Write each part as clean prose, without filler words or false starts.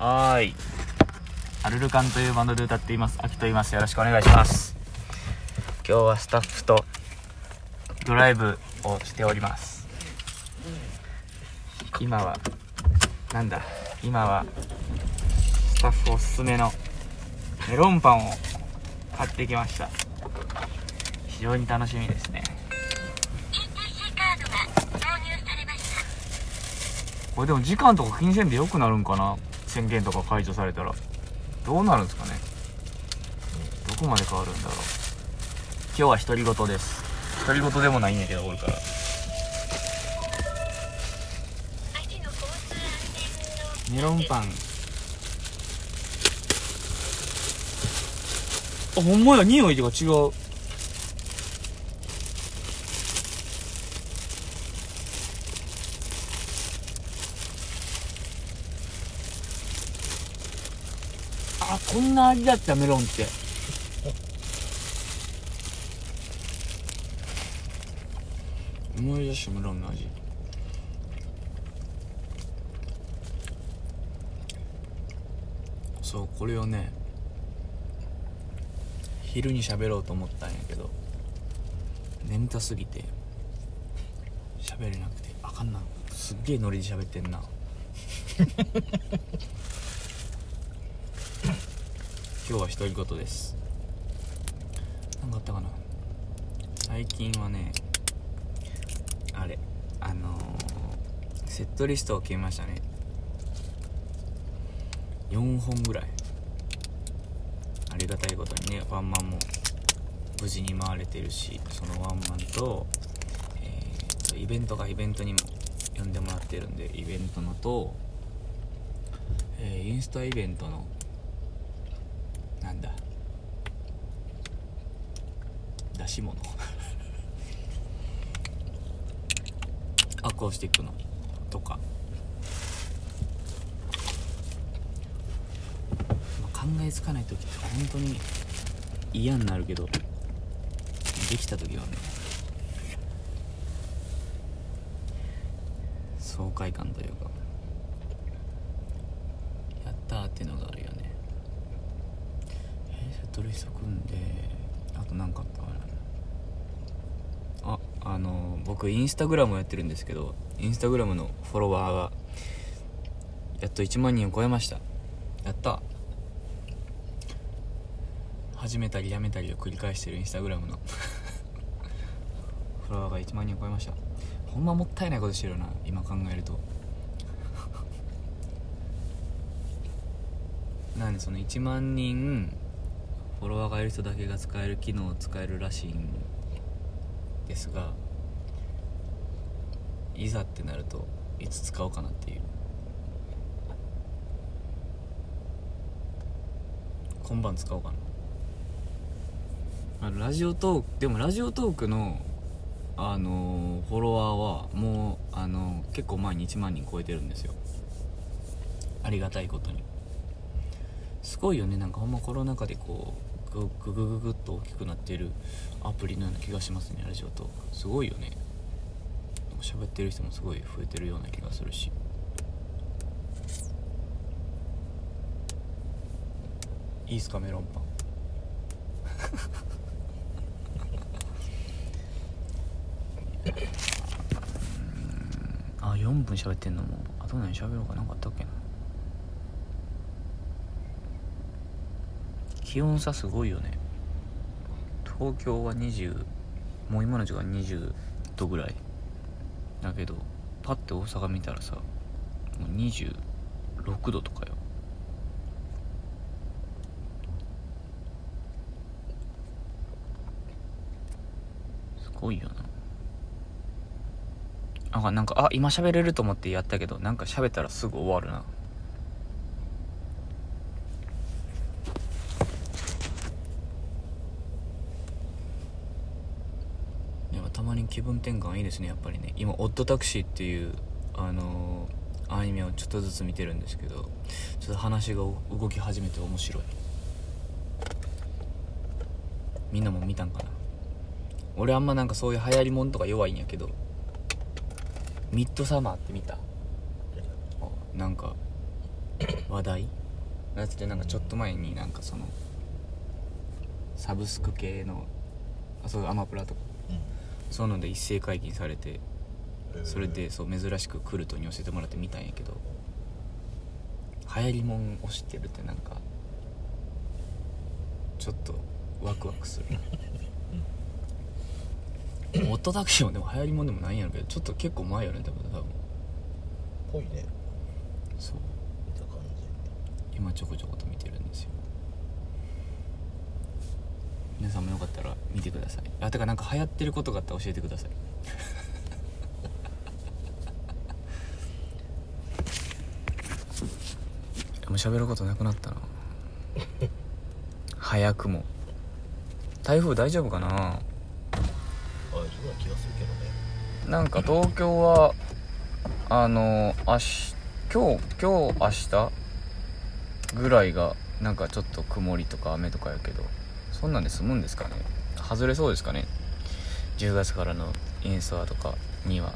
はーい。アルルカンというバンドで歌っています。秋と言います。よろしくお願いします。今日はスタッフとドライブをしております。今はスタッフおすすめのメロンパンを買ってきました。非常に楽しみですね。これでも時間とか気にせんでよくなるんかな。宣言とか解除されたらどうなるんですかね。どこまで変わるんだろう。今日は独り言です。独り言でもないんやけど、おるから。メロンパン、あ、ほんまや、匂いが違う。あ、こんな味だったメロンって。思い出したメロンの味。そう、これをね、昼に喋ろうと思ったんやけど、眠たすぎて喋れなくて、あかんな、すっげえノリで喋ってんな今日は独り言です。何かあったかな。最近はね、あれセットリストを決めましたね。4本ぐらい。ありがたいことにね、ワンマンも無事に回れてるし、そのワンマンと、イベントにも呼んでもらってるんで、イベントのと、インスタイベントの出し物アコースティックのとか、考えつかない時って本当に嫌になるけど、できた時はね、爽快感というか、やったーっていうのがあるよね。セットリスト組んで、あと何かあったかな。僕インスタグラムをやってるんですけど、インスタグラムのフォロワーがやっと1万人を超えました。やった。始めたりやめたりを繰り返してるインスタグラムのフォロワーが1万人を超えました。ほんまもったいないことしてるな、今考えるとなんで、その1万人フォロワーがいる人だけが使える機能を使えるらしいんですが、いざってなるといつ使おうかなっていう。今晩使おうかな。ラジオトーク、でもラジオトークのフォロワーはもう結構前に1万人超えてるんですよ。ありがたいことに。すごいよね。なんかほんまコロナ禍でこうググっと大きくなっているアプリのような気がしますね。ラジオトークすごいよね。喋ってる人もすごい増えてるような気がするし、いいっすかメロンパン4分喋ってんのも、あと何喋ろうか。なんかあったっけな。気温差すごいよね。東京は20、もう今の時間20度ぐらいだけど、パッて大阪見たらさ、もう26度とかよ。すごいよな。なんか今喋れると思ってやったけど、なんか喋ったらすぐ終わるな。たまに気分転換いいですね、やっぱりね。今オッドタクシーっていうアニメをちょっとずつ見てるんですけど、ちょっと話が動き始めて面白い。みんなも見たんかな。俺あんまなんかそういう流行りもんとか弱いんやけど、ミッドサマーって見た？なんか話題のやつで、なんかちょっと前になんかそのサブスク系のそうアマプラとか、そういうので一斉解禁されて、それでそう珍しくクルトに教えてもらって見たんやけど、流行りもんを知ってるってなんかちょっとワクワクするオットタクシーもでも流行りもんでもないんやろけど、ちょっと結構前よね多分ぽいね。 そう見た感じ。 今ちょこちょこと見てるんですよ。皆さんもよかったら見てください。あ、てかなんか流行ってることがあったら教えてくださいもう喋ることなくなったな早くも。台風大丈夫かな。 あ、そうな気がするけどね。 なんか東京は今日明日ぐらいがなんかちょっと曇りとか雨とかやけど、そんなんで済むんですかね。外れそうですかね、10月からのインスタとかには。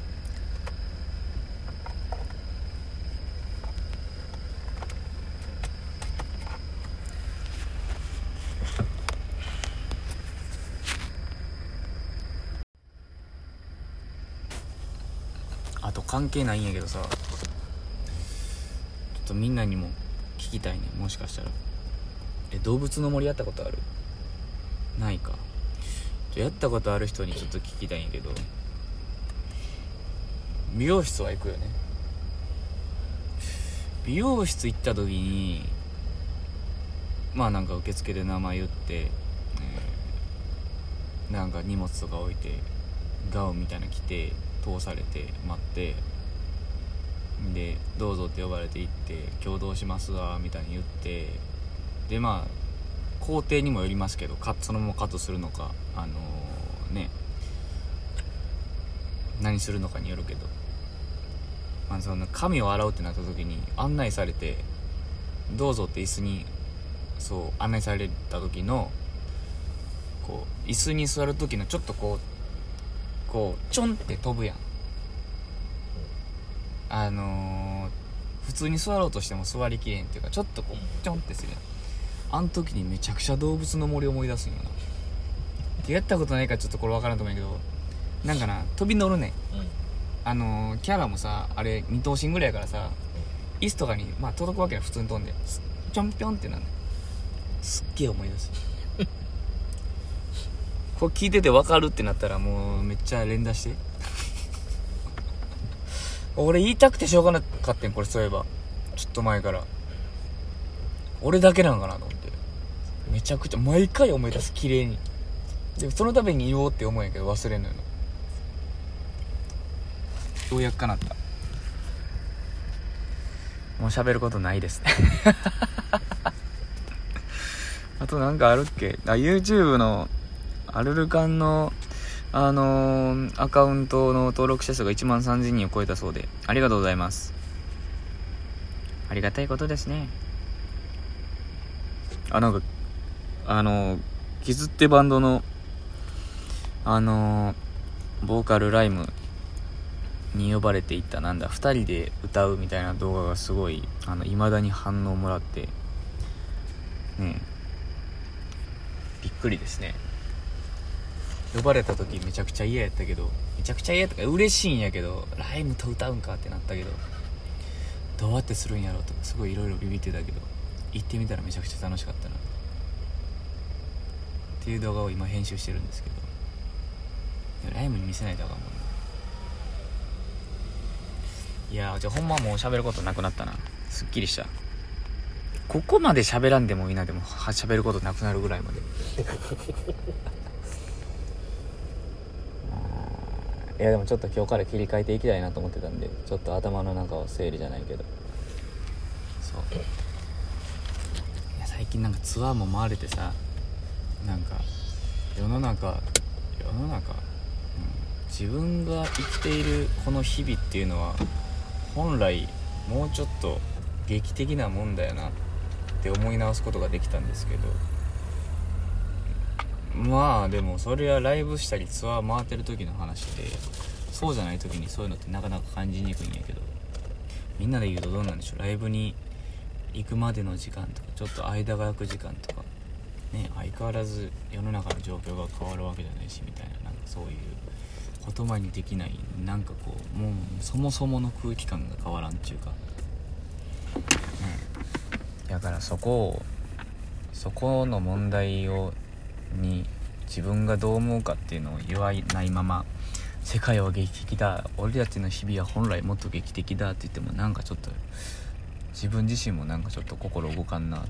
あと関係ないんやけどさ、ちょっとみんなにも聞きたいね。もしかしたら動物の森やったことある？ないか。やったことある人にちょっと聞きたいんやけど、美容室は行くよね。美容室行った時にまあなんか受付で名前言って、なんか荷物とか置いてガウンみたいなの着て通されて待って、でどうぞって呼ばれて行って共同しますわみたいに言って、でまあ工程にもよりますけど、そのままカットするのか何するのかによるけど、まあ、その髪を洗うってなった時に案内されてどうぞって椅子にそう案内された時のこう椅子に座る時のちょっとこうちょんって飛ぶやん。普通に座ろうとしても座りきれんっていうか、ちょっとこうちょんってするやん。あの時にめちゃくちゃ動物の森を思い出すんよなやったことないからちょっとこれ分からんと思うんやけど、なんかな飛び乗るねん、キャラもさあれ2頭身ぐらいやからさ、椅子とかにまあ届くわけない、普通に飛んでちょんぴょんってなんだよ。すっげえ思い出すこれ聞いてて分かるってなったらもうめっちゃ連打して俺言いたくてしょうがなかったんこれ。そういえばちょっと前から俺だけなんかなと思って、めちゃくちゃ毎回思い出す、綺麗に。でそのために言おうって思うんやけど忘れんのよな。ようやくかなった。もう喋ることないですねあとなんかあるっけ。YouTube のアルルカンのアカウントの登録者数が1万3000人を超えたそうで、ありがとうございます。ありがたいことですね。なんかキズってバンドのボーカルライムに呼ばれていった2人で歌うみたいな動画がすごい未だに反応もらってね、びっくりですね。呼ばれた時めちゃくちゃ嫌やったけど、めちゃくちゃ嫌とか嬉しいんやけど、ライムと歌うんかってなったけど、どうやってするんやろうとかすごいいろいろビビってたけど、行ってみたらめちゃくちゃ楽しかったなっていう動画を今編集してるんですけど、ライムに見せないとあかんもんな。いやじゃあほんまもう喋ることなくなったな。すっきりした。ここまで喋らんでもいいな。でも喋ることなくなるぐらいまでいやでもちょっと今日から切り替えていきたいなと思ってたんで、ちょっと頭の中を整理じゃないけど、そういや最近なんかツアーも回れてさ、なんか世の中、自分が生きているこの日々っていうのは本来もうちょっと劇的なもんだよなって思い直すことができたんですけど、まあでもそれはライブしたりツアー回ってる時の話で、そうじゃない時にそういうのってなかなか感じにくいんやけど、みんなで言うとどうなんでしょう。ライブに行くまでの時間とかちょっと間が空く時間とかね、相変わらず世の中の状況が変わるわけじゃないしみたいな、なんかそういう言葉にできない、なんかこうもうそもそもの空気感が変わらんっていうか、ね、だからそこの問題に自分がどう思うかっていうのを言わないまま、世界は劇的だ、俺たちの日々は本来もっと劇的だって言っても、なんかちょっと自分自身もなんかちょっと心動かんなと思って、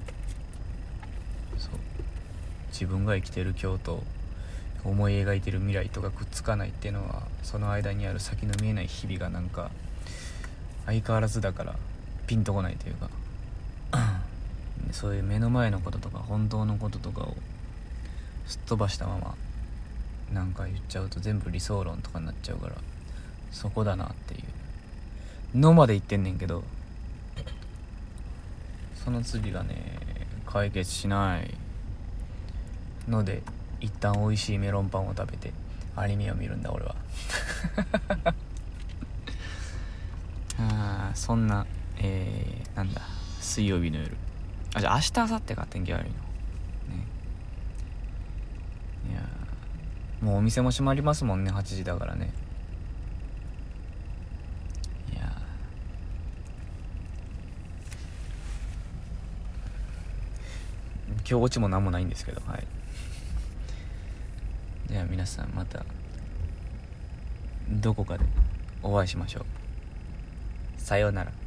そう、自分が生きてる今日と思い描いてる未来とかくっつかないっていうのは、その間にある先の見えない日々がなんか相変わらずだからピンとこないというかそういう目の前のこととか本当のこととかをすっ飛ばしたままなんか言っちゃうと全部理想論とかになっちゃうから、そこだなっていうのまで言ってんねんけど、その次がね解決しないので、一旦美味しいメロンパンを食べてアニメを見るんだ俺はそんななんだ水曜日の夜、じゃあ明日明後日か天気悪いのね。いやもうお店も閉まりますもんね、8時だからね。いや今日オチも何もないんですけど、はい。では皆さんまたどこかでお会いしましょう。さようなら。